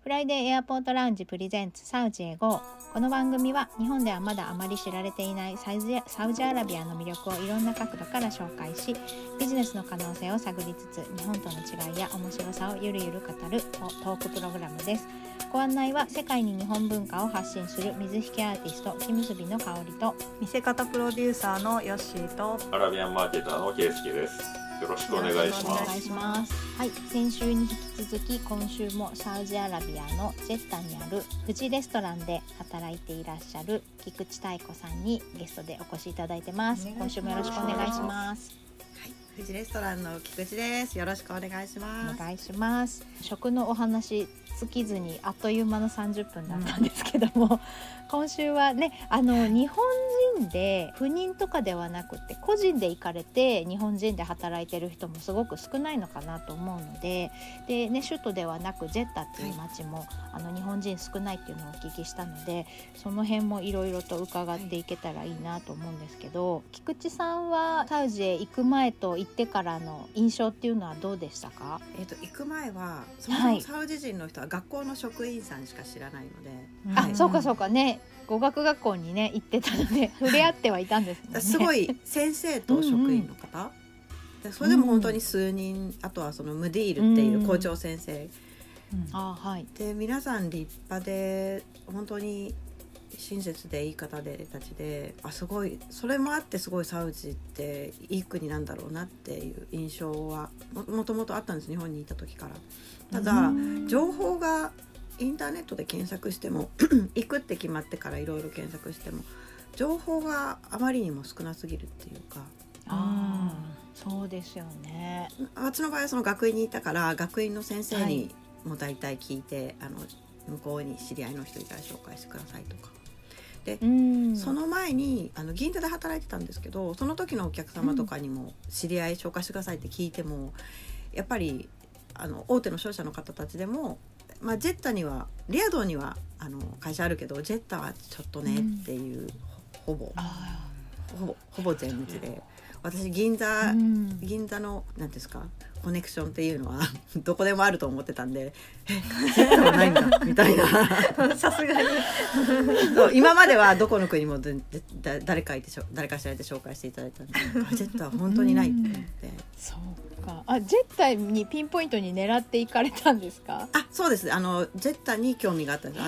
フライデーエアポートラウンジプレゼンツサウジへ GO。 この番組は日本ではまだあまり知られていないサウジアラビアの魅力をいろんな角度から紹介し、ビジネスの可能性を探りつつ日本との違いや面白さをゆるゆる語るトークプログラムです。ご案内は世界に日本文化を発信する水引アーティスト木結びの香りと、 見せ方プロデューサーのヨッシーと、 アラビアンマーケターのケイスケです。よろしくお願いします。 はい、先週に引き続き今週もサウジアラビアのジェッタにある富士レストランで働いていらっしゃる菊池妙子さんにゲストでお越しいただいてます。今週もよろしくお願いします。 はい、富士レストランの菊池です。よろしくお願いします。 お願いします。食のお話尽きずにあっという間の30分だったんですけども、今週はね、日本人で赴任とかではなくて個人で行かれて日本人で働いてる人もすごく少ないのかなと思うので、ね、首都ではなくジェッタっていう街も、日本人少ないっていうのをお聞きしたので、その辺もいろいろと伺っていけたらいいなと思うんですけど、菊池さんはサウジへ行く前と行ってからの印象っていうのはどうでしたか？ 行く前はそもそもサウジ人の人は学校の職員さんしか知らないので、 そうかそうかね、語学学校にね行ってたので触れ合ってはいたんですもんね。 すごい先生と職員の方、でそれでも本当に数人、あとはそのムディールっていう校長先生、で皆さん立派で本当に親切でいい方でたちで、すごいそれもあってすごいサウジっていい国なんだろうなっていう印象は もともとあったんです、日本にいた時から。ただ情報がインターネットで検索しても行くって決まってからいろいろ検索しても情報があまりにも少なすぎるっていうか。 そうですよね。 私の場合はその学院にいたから学院の先生にもう大体聞いて、向こうに知り合いの人いたら紹介してくださいとかで、その前に銀座で働いてたんですけど、その時のお客様とかにも知り合い紹介してくださいって聞いても、やっぱり大手の商社の方たちでも、ジェッタにはリヤドには会社あるけどジェッタはちょっとねっていう、ほぼ全滅で、私銀座の何ですかコネクションっていうのはどこでもあると思ってたんで、ジェッタはないんだみたいなさすがに今まではどこの国も誰か知られて紹介していただいたんで、ジェッタは本当にないって思って。 そうか。ジェッタにピンポイントに狙っていかれたんですか？ そうです。ジェッタに興味があったんです。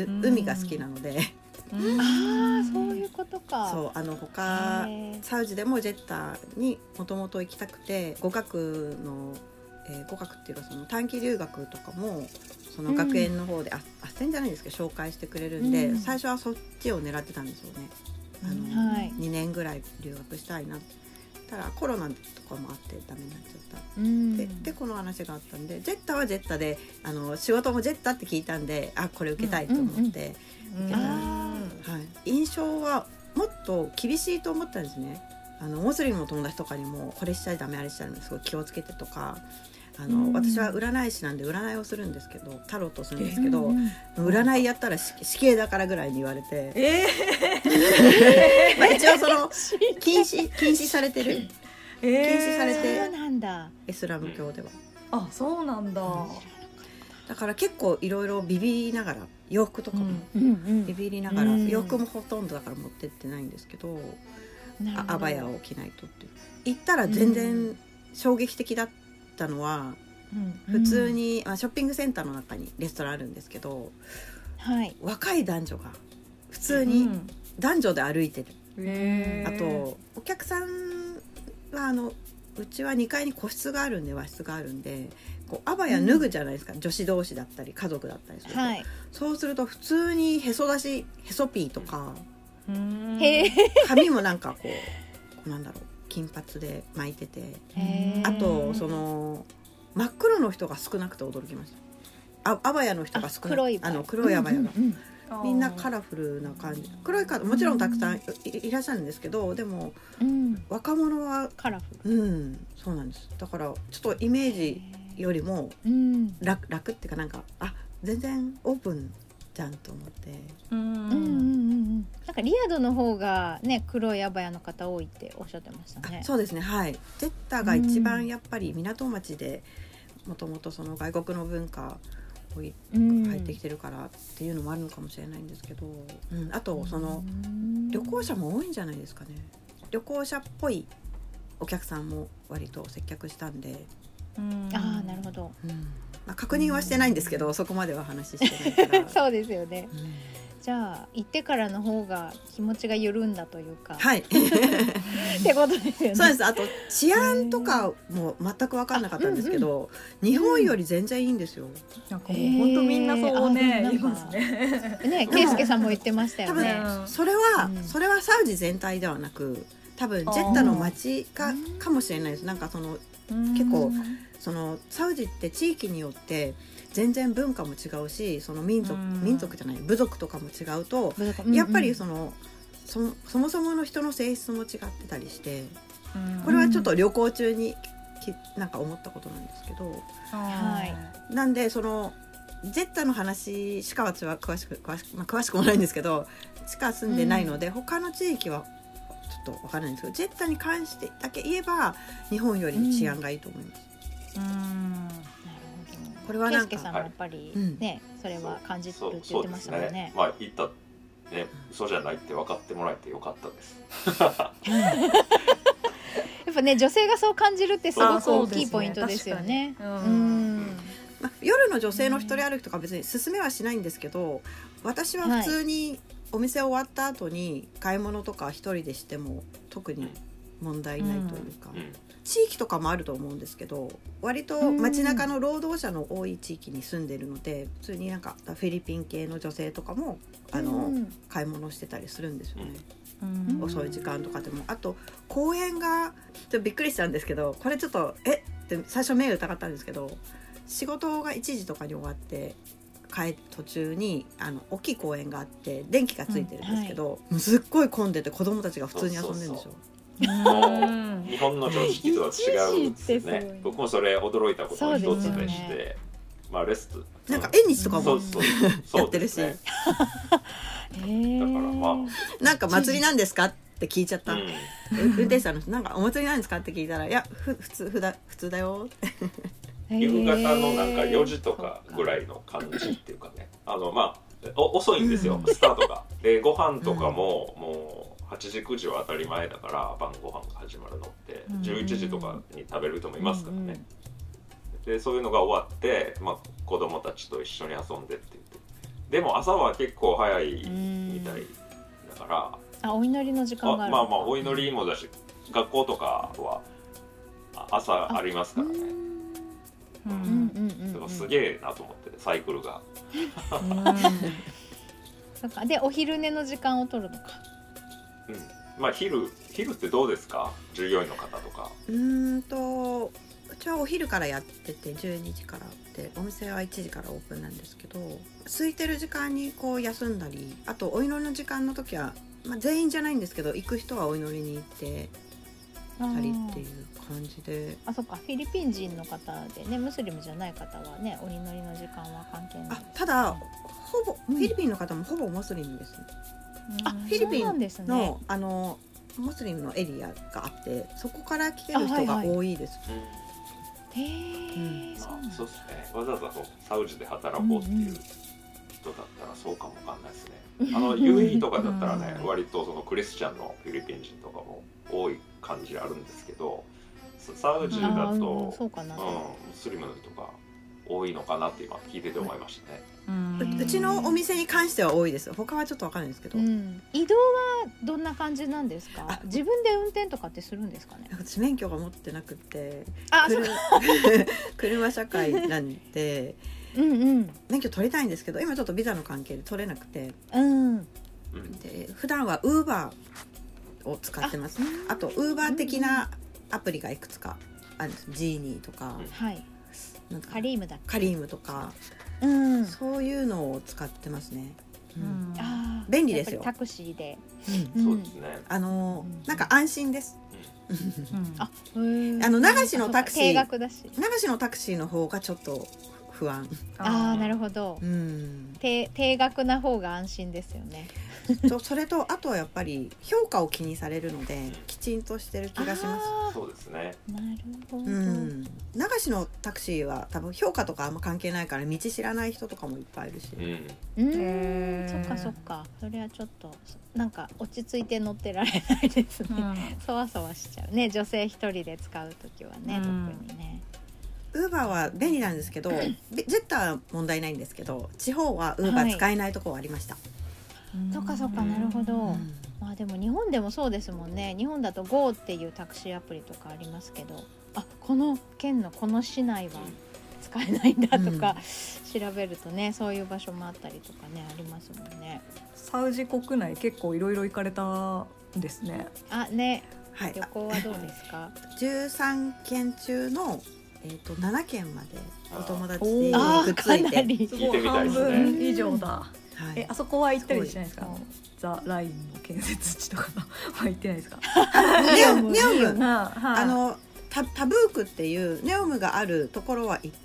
海が好きなのでそういうことか。 そう他サウジでもジェッタにもともと行きたくて、語学っていうかその短期留学とかもその学園の方で、斡旋じゃないですけど紹介してくれるんで、最初はそっちを狙ってたんですよね。2年ぐらい留学したいな。ただコロナとかもあってダメになっちゃった、でこの話があったんで、ジェッタはジェッタで仕事もジェッタって聞いたんで、これ受けたいと思って受けた。印象はもっと厳しいと思ったんですね。モスリムの友達とかにもこれしちゃダメあれしちゃダメすごい気をつけてとか、私は占い師なんで占いをするんですけど、タロットするんですけど、占いやったら死刑だからぐらいに言われて、一応その禁止されてる、禁止されて、 そうなんだ、 イスラム教では。 そうなんだ。 だから結構いろいろビビりながら、洋服とかもビビりながら、洋服もほとんどだから持ってってないんですけど、アバヤを着ないとって言ったら全然衝撃的だったのは、普通に、ショッピングセンターの中にレストランあるんですけど、若い男女が普通に男女で歩いてる。あとお客さんはうちは2階に個室があるんで、和室があるんで、アバヤ脱ぐじゃないですか、女子同士だったり家族だったりすると、そうすると普通にへそピーとか、髪もなんかなんだろう、金髪で巻いてて、あとその真っ黒の人が少なくて驚きました。アバヤの人が少ない、黒いアバヤが、みんなカラフルな感じ、黒い方もちろんたくさん いらっしゃるんですけど、でも、若者はカラフル、 そうなんです。だからちょっとイメージよりも楽っていうか、なんか全然オープンじゃんと思って、 なんかリヤドの方がね、黒いアバヤの方多いっておっしゃってましたね。 そうですね、はい。ジェッタが一番やっぱり港町で、もともとその外国の文化入ってきてるからっていうのもあるのかもしれないんですけど、あとその旅行者も多いんじゃないですかね。旅行者っぽいお客さんも割と接客したんで、 ああなるほど、 確認はしてないんですけど、そこまでは話してないからそうですよね、じゃあ行ってからの方が気持ちが緩んだというか、 はいってことですよね。 そうです。あと治安とかも全く分かんなかったんですけど、日本より全然いいんですよ。 なんかもう本当みんなそうね、言いますね。 ね、ケイスケさんも言ってましたよね。 多分それはサウジ全体ではなく、多分ジェッタの街かもしれないです。なんかその結構そのサウジって地域によって全然文化も違うし、その民族じゃない部族とかも違うと、やっぱりそもそもの人の性質も違ってたりして、これはちょっと旅行中になんか思ったことなんですけど、なんでそのジェッタの話しか私は詳しくもないんですけど、しか住んでないので、他の地域はちょっと分からないんですけど、ジェッタに関してだけ言えば日本より治安がいいと思います。これはなんかケイスケさんもやっぱりね、それは感じてるって言ってましたもんね。 まあ言ったね、嘘じゃないって分かってもらえてよかったです。 やっぱね、女性がそう感じるってすごく大きいポイントですよね。 夜の女性の一人歩きとか別に勧めはしないんですけど、私は普通にお店終わった後に買い物とか一人でしても特に問題ないというか、地域とかもあると思うんですけど、割と街中の労働者の多い地域に住んでるので、普通になんかフィリピン系の女性とかも買い物してたりするんですよね。遅い時間とかでも。あと公園がちょっとびっくりしたんですけど、これちょっとって最初目を疑ったんですけど、仕事が1時とかに終わって帰る途中に大きい公園があって電気がついてるんですけど、すっごい混んでて子供たちが普通に遊んでるんですよ。 日本の常識とは違うんですよね。僕もそれ驚いたことの一つでして、まあレストなんか縁日とかもやってるし、だからまあなんか祭りなんですかって聞いちゃった。運転手さんの人なんかお祭りなんですかって聞いたら、いや普通だよ夕方のなんか4時とかぐらいの感じっていうかね、まあ遅いんですよ、スタートが。でご飯とかももう8時9時は当たり前だから、晩ご飯が始まるのって11時とかに食べる人もいますからね。でそういうのが終わって、まあ、子供たちと一緒に遊んでって言って、でも朝は結構早いみたいだから、 お祈りの時間がある。 まあお祈りもだし、学校とかは朝ありますからね。すげえなと思って、サイクルが。 そっか。でお昼寝の時間を取るのか。 まあ昼ってどうですか、従業員の方とか。 うちはお昼からやってて12時からで、お店は1時からオープンなんですけど、空いてる時間にこう休んだり、あとお祈りの時間の時は、全員じゃないんですけど行く人はお祈りに行ってたりっていう感じで。 そっか、フィリピン人の方でね、ムスリムじゃない方はね、お祈りの時間は関係ない、 ただほぼフィリピンの方もほぼムスリムですね。フィリピンのムスリムのエリアがあって、そこから来てる人が多いです。 そうですね。わざわざサウジで働こうっていう人だったらそうかもわかんないですね。UAE とかだったらね、割とそのクリスチャンのフィリピン人とかも多い感じあるんですけど、サウジだとムスリムの人が多いのかなって今聞いてて思いましたね。 うちのお店に関しては多いです。他はちょっとわかんないですけど、 移動はどんな感じなんですか？自分で運転とかってするんですかね？ 私免許が持ってなくて、車社会なんで免許取りたいんですけど、今ちょっとビザの関係で取れなくて、で普段はウーバーを使ってます。あとウーバー的なアプリがいくつかあるんです。ジーニーとか、 なんかカリームとか、そういうのを使ってますね。便利ですよ。 タクシーで、 そうですね。 なんか安心です。流しのタクシーの方がちょっと不安。 なるほど。 低額な方が安心ですよね。 それとあとはやっぱり評価を気にされるのできちんとしてる気がします。 そうですね。 なるほど、 流しのタクシーは多分評価とかあんま関係ないから道知らない人とかもいっぱいいるし、 そっかそっか。それはちょっとなんか落ち着いて乗ってられないですね、そわそわしちゃうね、女性一人で使うときはね、特にね。 ウーバーは便利なんですけどジェッターは問題ないんですけど、地方はウーバー使えないところはありました。 そっかそっか、なるほど、まあでも日本でもそうですもんね。日本だと Go っていうタクシーアプリとかありますけど、この県のこの市内は使えないんだとか、調べるとね、そういう場所もあったりとかね、ありますもんね。 サウジ国内結構いろいろ行かれたんですね。 ね、 はい、 旅行はどうですか ？13県中の、7県までお友達でくっついて、 すごい半分以上だ。あそこは行ったりしないですか？ザ・ラインの建設地とかは行ってないですか？ ネオムタブークっていうネオムがあるところは行って、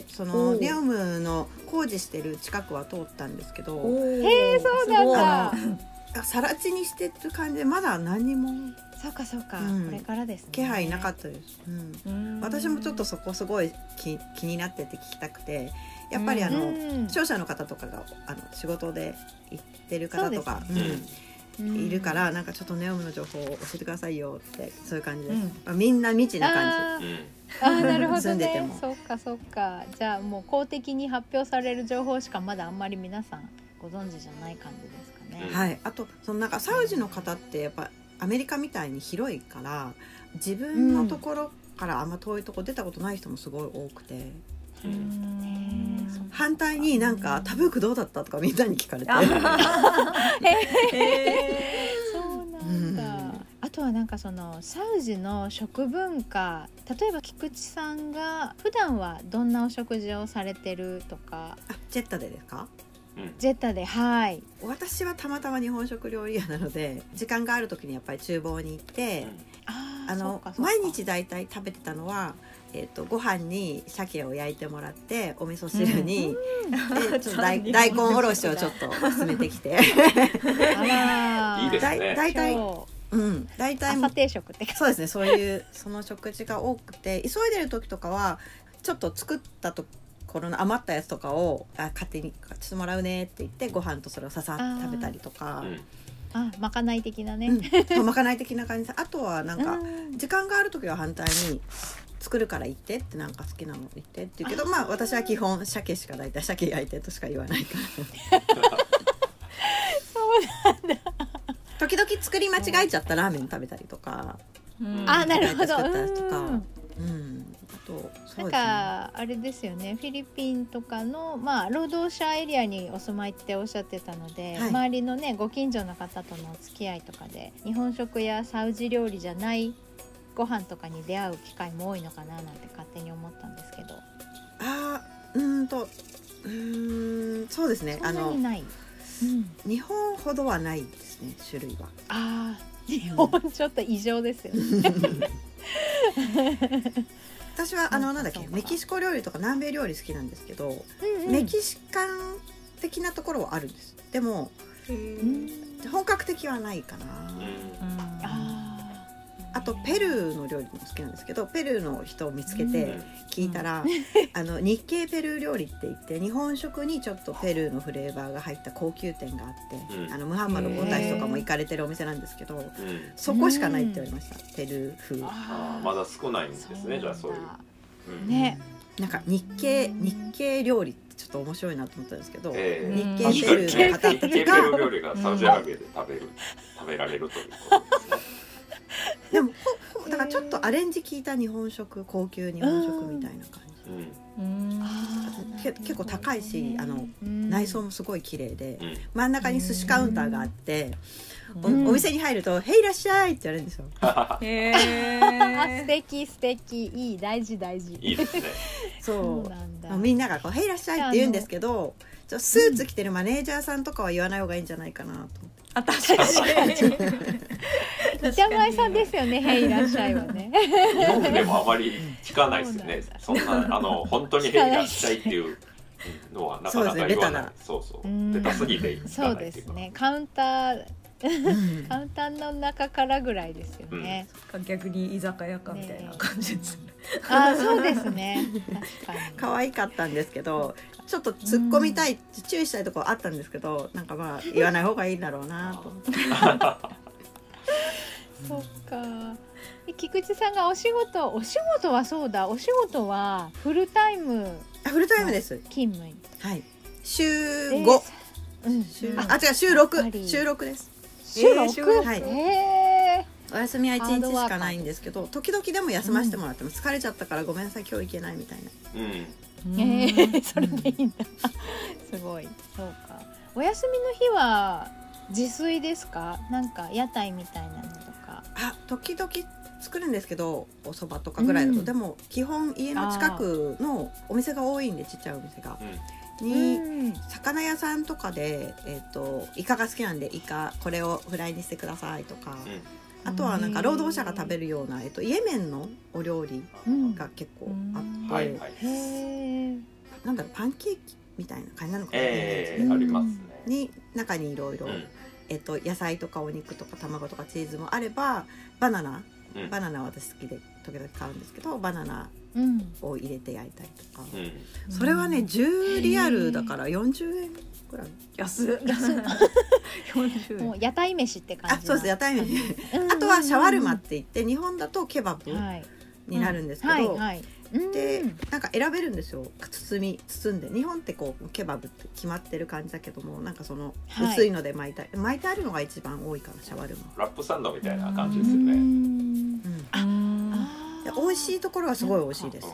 そのネオムの工事してる近くは通ったんですけど、 そうなんだ。 さら地にしてる感じでまだ何も。 そうかそうか、これからですね。 気配なかったです、私もちょっとそこすごい気になってて聞きたくて、やっぱり商社の方とかが仕事で行ってる方とか、いるから、なんかちょっとネオムの情報を教えてくださいよって、そういう感じです、みんな未知な感じ。 なるほどね。 住んでてもそっかそっか。じゃあもう公的に発表される情報しかまだあんまり皆さんご存知じゃない感じですかね。 はい。あとなんかサウジの方ってやっぱアメリカみたいに広いから、自分のところからあんま遠いとこ出たことない人もすごい多くて、反対になんかタブークどうだったとかみんなに聞かれて、 そうなんだ。あとはなんかそのサウジの食文化、例えば菊池さんが普段はどんなお食事をされてるとか。 ジェッタでですか？ ジェッタで、はい。 私はたまたま日本食料理屋なので、時間がある時にやっぱり厨房に行って、毎日だいたい食べてたのは、ご飯に鮭を焼いてもらって、お味噌汁に、ちょっと大根おろしをちょっと詰めてきていいですね。 だいたい朝定食って。 そうですね、そういうその食事が多くて、急いでる時とかはちょっと作ったところの余ったやつとかを勝手にちょっともらうねって言って、ご飯とそれをささっと食べたりとか、 まかない的なね、 まかない的な感じで、あとはなんか時間がある時は反対に作るから言ってって、なんか好きなの言ってって言うけど、私は基本鮭しか、大体鮭焼いてとしか言わないからそうなんだ。 時々作り間違えちゃったラーメン食べたりとか、 なるほど。 作ったやつとか、あとそうですね、 なんかあれですよね、フィリピンとかの、労働者エリアにお住まいっておっしゃってたので、周りのねご近所の方とのお付き合いとかで日本食やサウジ料理じゃないご飯とかに出会う機会も多いのかななんて勝手に思ったんですけど。 そうですね、 そんなにない、 日本ほどはないですね、種類は。 日本ちょっと異常ですよね私はなんだっけ、メキシコ料理とか南米料理好きなんですけど、メキシカン的なところはあるんです。でも本格的はないかな。あとペルーの料理も好きなんですけど、ペルーの人を見つけて聞いたら、日系ペルー料理って言って、日本食にちょっとペルーのフレーバーが入った高級店があって、ムハンマド皇太子とかも行かれてるお店なんですけど、そこしかないって言われました、ペルー風。 まだ少ないんですね。じゃあそういう、 ね、 なんか日系料理ってちょっと面白いなと思ったんですけど、日系ペルーの方日系ペルー料理がサウジアラビアで食べられるということですね。 でもだからちょっとアレンジ効いた日本食、高級日本食みたいな感じ、結構高いし、内装もすごい綺麗で、真ん中に寿司カウンターがあって、お店に入ると「へいらっしゃい」って言われるんですよ。 素敵素敵、いい、大事大事。 いいですね。 そうなんだ。 みんながこう「へいらっしゃい」って言うんですけど、スーツ着てるマネージャーさんとかは言わない方がいいんじゃないかなと思って。 確かに板前さんですよね、へいらっしゃいはね。 日本でもあまり聞かないですよね。そんな本当にへいらっしゃいっていうのはなかなか言わない。そうそうベタすぎていかないっていうか。 そうですね。カウンターカウンターの中からぐらいですよね。 逆に居酒屋かみたいな感じですね。 あ、そうですね。確かに。 可愛かったんですけど、ちょっと突っ込みたい、注意したいところあったんですけど、なんかまあ言わない方がいいんだろうなと思って。 そっか。菊池さんがお仕事はそうだ。お仕事はフルタイムです。 勤務。 はい。週5。違う週6。週6です。 週6。 はい。お休みは1日しかないんですけど、時々でも休ませてもらっても、疲れちゃったからごめんなさい今日行けないみたいな。 それでいいんだ。すごい。そうか。お休みの日は自炊ですか？なんか屋台みたいなのとか。 時々作るんですけど、お蕎麦とかぐらいだと、でも基本家の近くのお店が多いんで、ちっちゃいお店が。に魚屋さんとかで、イカが好きなんで、イカこれをフライにしてくださいとか、あとはなんか労働者が食べるような、イエメンのお料理が結構あって、なんだろう、パンケーキみたいな感じなのかな、 ありますね。 に中にいろいろ野菜とかお肉とか卵とかチーズもあれば、バナナは私好きで時々買うんですけど、バナナを入れて焼いたりとか、それはね10リアルだから40円くらい。 安もう屋台飯って感じ。 そうです、屋台飯。あとはシャワルマって言って、日本だとケバブになるんですけど、でなんか選べるんですよ、包んで。日本ってこうケバブって決まってる感じだけども、なんかその薄いので巻いてあるのが一番多いかな、シャワルマ。 ラップサンドみたいな感じですよね。 美味しいところはすごい美味しいです。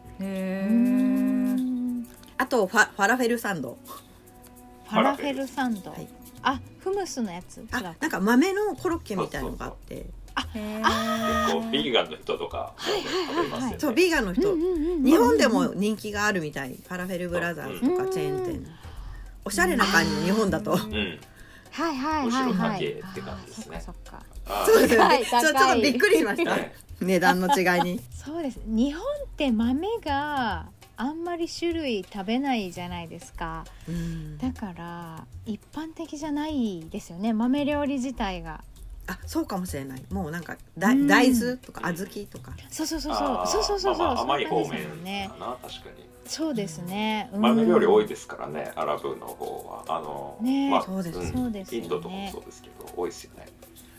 あとファラフェルサンド。 フムスのやつ。 なんか豆のコロッケみたいなのがあって、 結構ビーガンの人とか食べますよね。 そう、ビーガンの人、日本でも人気があるみたい。ファラフェルブラザーズとかチェーン店、おしゃれな感じの日本だと、 むしろ高いって感じですね。 そうですよね。ちょっとびっくりしました、値段の違いに。 そうです。日本って豆があんまり種類食べないじゃないですか。だから一般的じゃないですよね、豆料理自体が。 そうかもしれない。もうなんか大豆とか小豆とか、 そう甘い方面かな。確かにそうですね。 豆料理多いですからね、アラブの方は。 そうです。 インドとかもそうですけど多いですよね。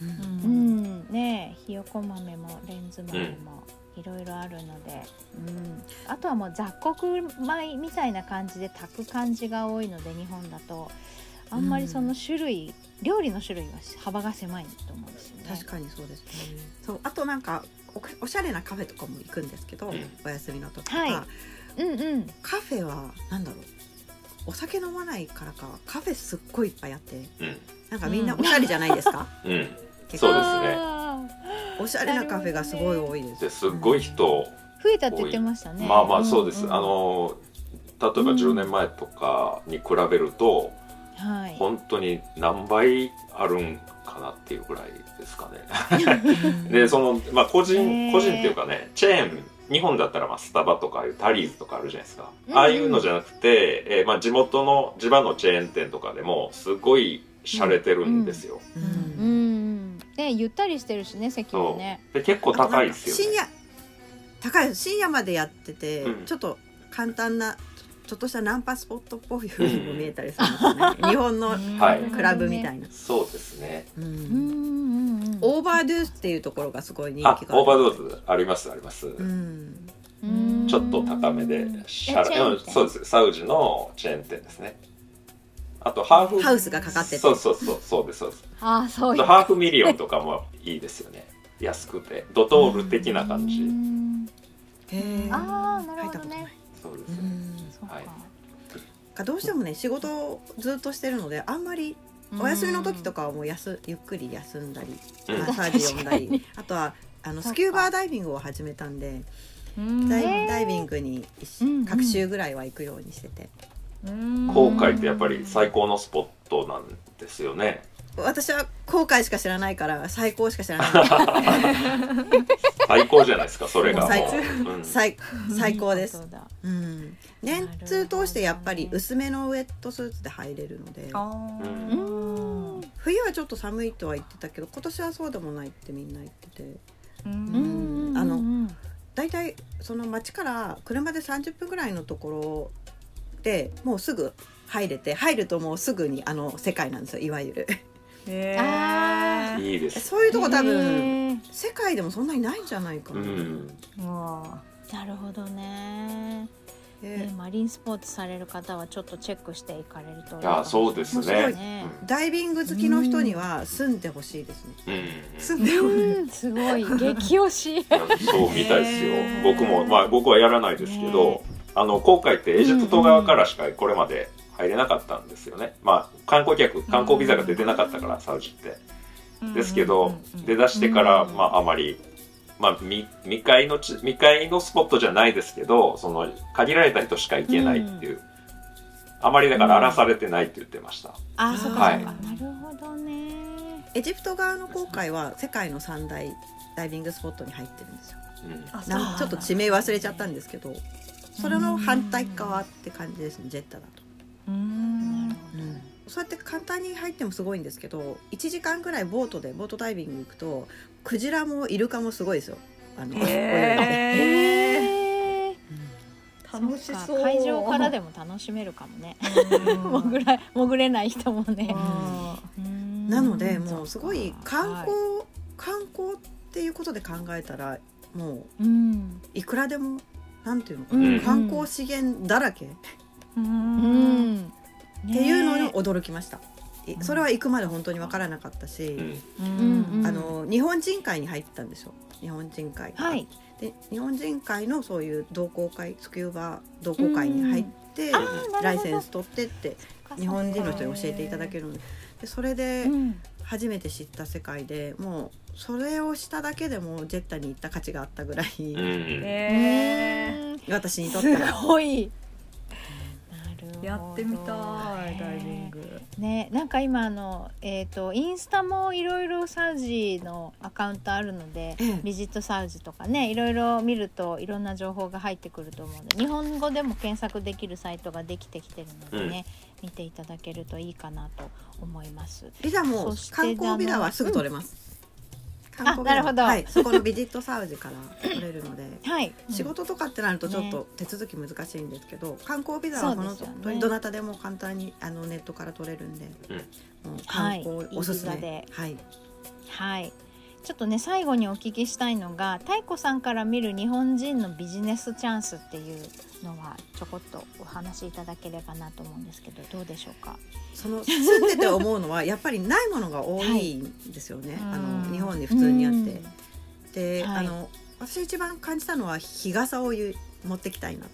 ひよこ豆もレンズ豆もいろいろあるので、あとはもう雑穀米みたいな感じで炊く感じが多いので、日本だとあんまりその料理の種類は幅が狭いと思うんですよね。 確かにそうですね。そう、あとなんかおしゃれなカフェとかも行くんですけど、お休みの時とか、カフェはなんだろう、お酒飲まないからかカフェすっごいいっぱいあって、なんかみんなおしゃれじゃないですか。 そうですね。 おしゃれなカフェがすごい多いです。 すっごい人増えたって言ってましたね。 そうです。例えば10年前とかに比べると、本当に何倍あるんかなっていうぐらいですかね。で、個人っていうかね、チェーン、日本だったらスタバとかタリーズとかあるじゃないですか。ああいうのじゃなくて、地場のチェーン店とかでもすごい洒落てるんですよ。 ゆったりしてるしね、席もね。 で結構高いですよね。 深夜までやってて、ちょっと簡単なちょっとしたナンパスポットっぽい風にも見えたりするんですよね。日本のクラブみたいな。 そうですね。 オーバードゥースっていうところがすごい人気がある。 オーバードゥースあります。ちょっと高めで、そうです。サウジのチェーン店ですね。あとハウスがかかってて、 そうです。 そういうハーフミリオンとかもいいですよね。安くてドトール的な感じ。 なるほどね。 そうですね。 どうしてもね、仕事をずっとしてるので、あんまりお休みの時とかはもうゆっくり休んだり、マッサージ読んだり、あとはスキューバーダイビングを始めたんで、ダイビングに各週ぐらいは行くようにしてて。 航海ってやっぱり最高のスポットなんですよね。 私は後悔しか知らないから最高しか知らない最高じゃないですかそれがもう最高です、 うん、 年通通してやっぱり薄めのウェットスーツで入れるので、冬はちょっと寒いとは言ってたけど今年はそうでもないってみんな言ってて、だいたいその町から車で30分ぐらいのところでもうすぐ入るともうすぐに世界なんですよいわゆる。 いいです。 そういうとこ多分世界でもそんなにないんじゃないかな。 なるほどね。マリンスポーツされる方はちょっとチェックしていかれるといいかもしれない。 そうですね。 ダイビング好きの人には住んでほしいですね。 住んでほしい。すごい激推し。 そうみたいですよ。僕も僕はやらないですけど、航海ってエジプト側からしかこれまで入れなかったんですよね。観光ビザが出てなかったからサウジって。ですけど出だしてからあまり。未開のスポットじゃないですけど、その限られた人しか行けないっていう、あまりだから荒らされてないって言ってました。 そうか、なるほどね。 エジプト側の航海は世界の3大ダイビングスポットに入ってるんですよ。ちょっと地名忘れちゃったんですけど、それの反対側って感じですね、ジェッタだと。そうやって簡単に入ってもすごいんですけど、1時間ぐらいボートダイビング行くとクジラもイルカもすごいですよ。 楽しそう。 会場からでも楽しめるかもね。潜れない人もね。 なのでもうすごい観光っていうことで考えたらもういくらでもなんていうのかな、観光資源だらけっていうのに驚きました。それは行くまで本当に分からなかったし、日本人会に入ってたんですよ。日本人会、で日本人会のそういう同好会、スキューバ同好会に入って、ライセンス取ってって日本人の人に教えていただけるので、それで初めて知った世界で、もうそれをしただけでもジェッタに行った価値があったぐらい、私にとってはすごい。 やってみたいダイビングね。なんか今インスタもいろいろサウジのアカウントあるので、ビジットサウジとかね、いろいろ見るといろんな情報が入ってくると思うので、日本語でも検索できるサイトができてきてるのでね、見ていただけるといいかなと思います。 ビザも観光ビザはすぐ取れます。 なるほど、 そこのビジットサウジから取れるので、仕事とかってなるとちょっと手続き難しいんですけど、観光ビザは本当にどなたでも簡単にネットから取れるんで、もう観光おすすめ。 ちょっとね最後にお聞きしたいのが、太子さんから見る日本人のビジネスチャンスっていうのはちょこっとお話しいただければなと思うんですけど、どうでしょうか。 住んでて思うのはやっぱりないものが多いんですよね。日本に普通にあって、で、私一番感じたのは日傘を持ってきたいな。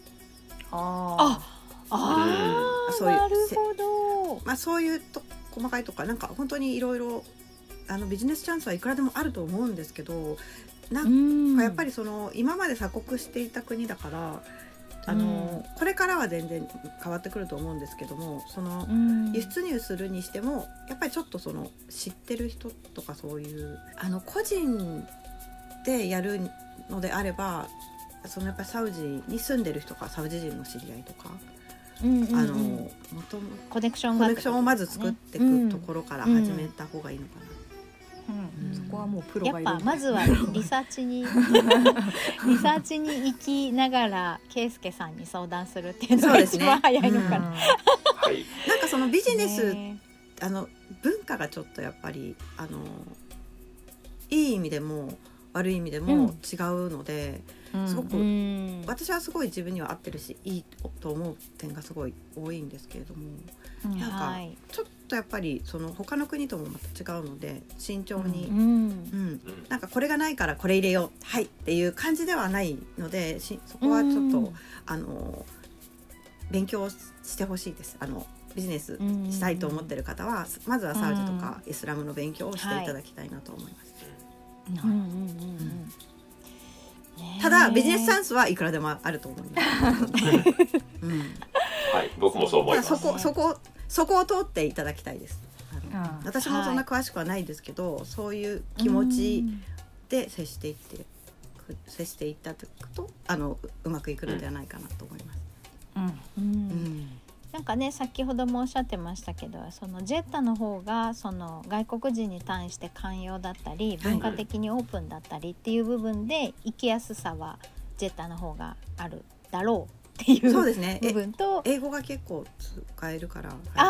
そういうなるほど。 そういう細かいとかなんか本当にいろいろビジネスチャンスはいくらでもあると思うんですけど、なんかやっぱり今まで鎖国していた国だから、これからは全然変わってくると思うんですけども、輸出入するにしてもやっぱりちょっと知ってる人とかそういう個人でやるのであれば、やっぱりサウジに住んでる人かサウジ人の知り合いとか、 コネクションをまず作っていくところから始めた方がいいのかな。 そこはもうプロがいる。 やっぱまずはリサーチに行きながら圭介さんに相談するっていうのが一番早いのかな。なんかビジネス、文化がちょっとやっぱりいい意味でも悪い意味でも違うので、すごく私はすごい自分には合ってるしいいと思う点がすごい多いんですけれども、なんかちょっとやっぱり他の国ともまた違うので慎重に、なんかこれがないからこれ入れようっていう感じではないので、そこはちょっと勉強してほしいです。ビジネスしたいと思ってる方はまずはサウジとかイスラムの勉強をしていただきたいなと思います。ただビジネスチャンスはいくらでもあると思います。 僕もそう思います。 そこを通っていただきたいです。 私もそんな詳しくはないですけど、そういう気持ちで接していったとうまくいくのではないかなと思います。 なんかね、先ほどもおっしゃってましたけど、そのジェッタの方がその外国人に対して寛容だったり文化的にオープンだったりっていう部分で生きやすさはジェッタの方があるだろうっていうそうですね、 部分と、 英語が結構使えるから、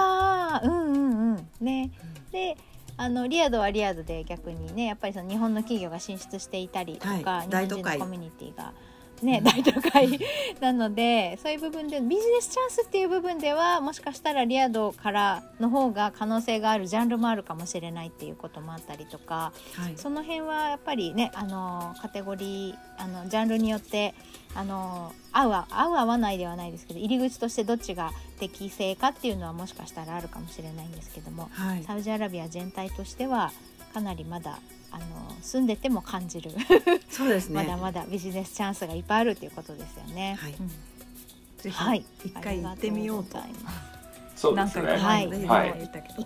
ね、でリアドはリアドで逆にね、やっぱりその日本の企業が進出していたりとか、日本人のコミュニティがね、大都会なので、そういう部分でビジネスチャンスっていう部分ではもしかしたらリアドからの方が可能性があるジャンルもあるかもしれないっていうこともあったりとか、その辺はやっぱりね、カテゴリージャンルによって合う合わないではないですけど、入り口としてどっちが適正かっていうのはもしかしたらあるかもしれないんですけども、サウジアラビア全体としてはかなりまだ住んでても感じるそうですね、 まだまだビジネスチャンスがいっぱいあるということですよね。 ぜひ一回行ってみようと。 そうですね。 言ったけど、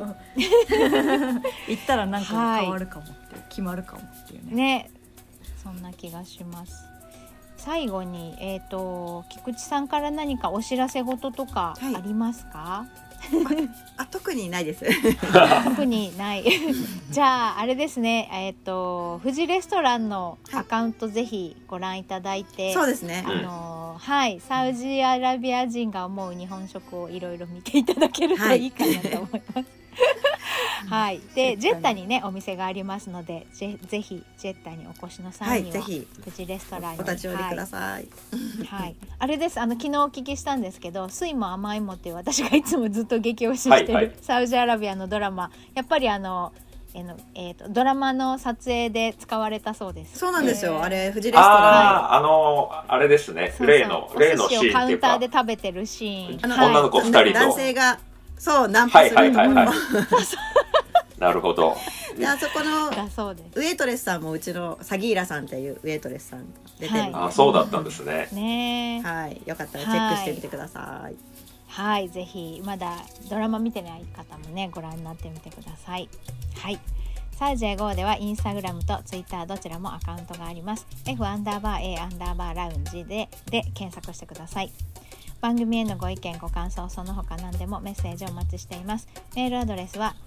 行ったらなんか変わるかもって、決まるかもっていうね。 そんな気がします。最後に菊池さんから何かお知らせ事とかありますか？ 特にないです特にないじゃああれですね、富士レストランのアカウントぜひご覧いただいて、 そうですね、 サウジアラビア人が思う日本食をいろいろ見ていただけるといいかなと思いますでジェッタにねお店がありますので、ぜひジェッタにお越しの際には、富士レストランにお立ち寄りください。 あれです、昨日お聞きしたんですけど、酸いも甘いもっていう私がいつもずっと激推ししてるサウジアラビアのドラマ、やっぱりドラマの撮影で使われたそうです。 そうなんですよ、あれ富士レストランあれですね、例のシーンっていうか、 カウンターで食べてるシーン、 女の子2人と男性がナンパするところ、 なるほど。 であそこのウエイトレスさんもうちのサギーラさんっていうウエイトレスさん出てるんで、 そうだったんですね。 よかったらチェックしてみてください。 ぜひまだドラマ見てない方もねご覧になってみてください。サウジエゴではインスタグラムとツイッターどちらもアカウントがあります。F_A_ ラウンジで検索してください。番組へのご意見ご感想その他何でもメッセージをお待ちしています。メールアドレスは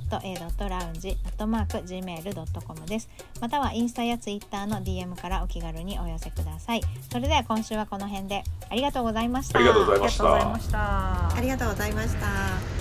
friday.a.lounge@gmail.com です。またはインスタやツイッターの DM からお気軽にお寄せください。それでは今週はこの辺でありがとうございました。 ありがとうございました。 ありがとうございました。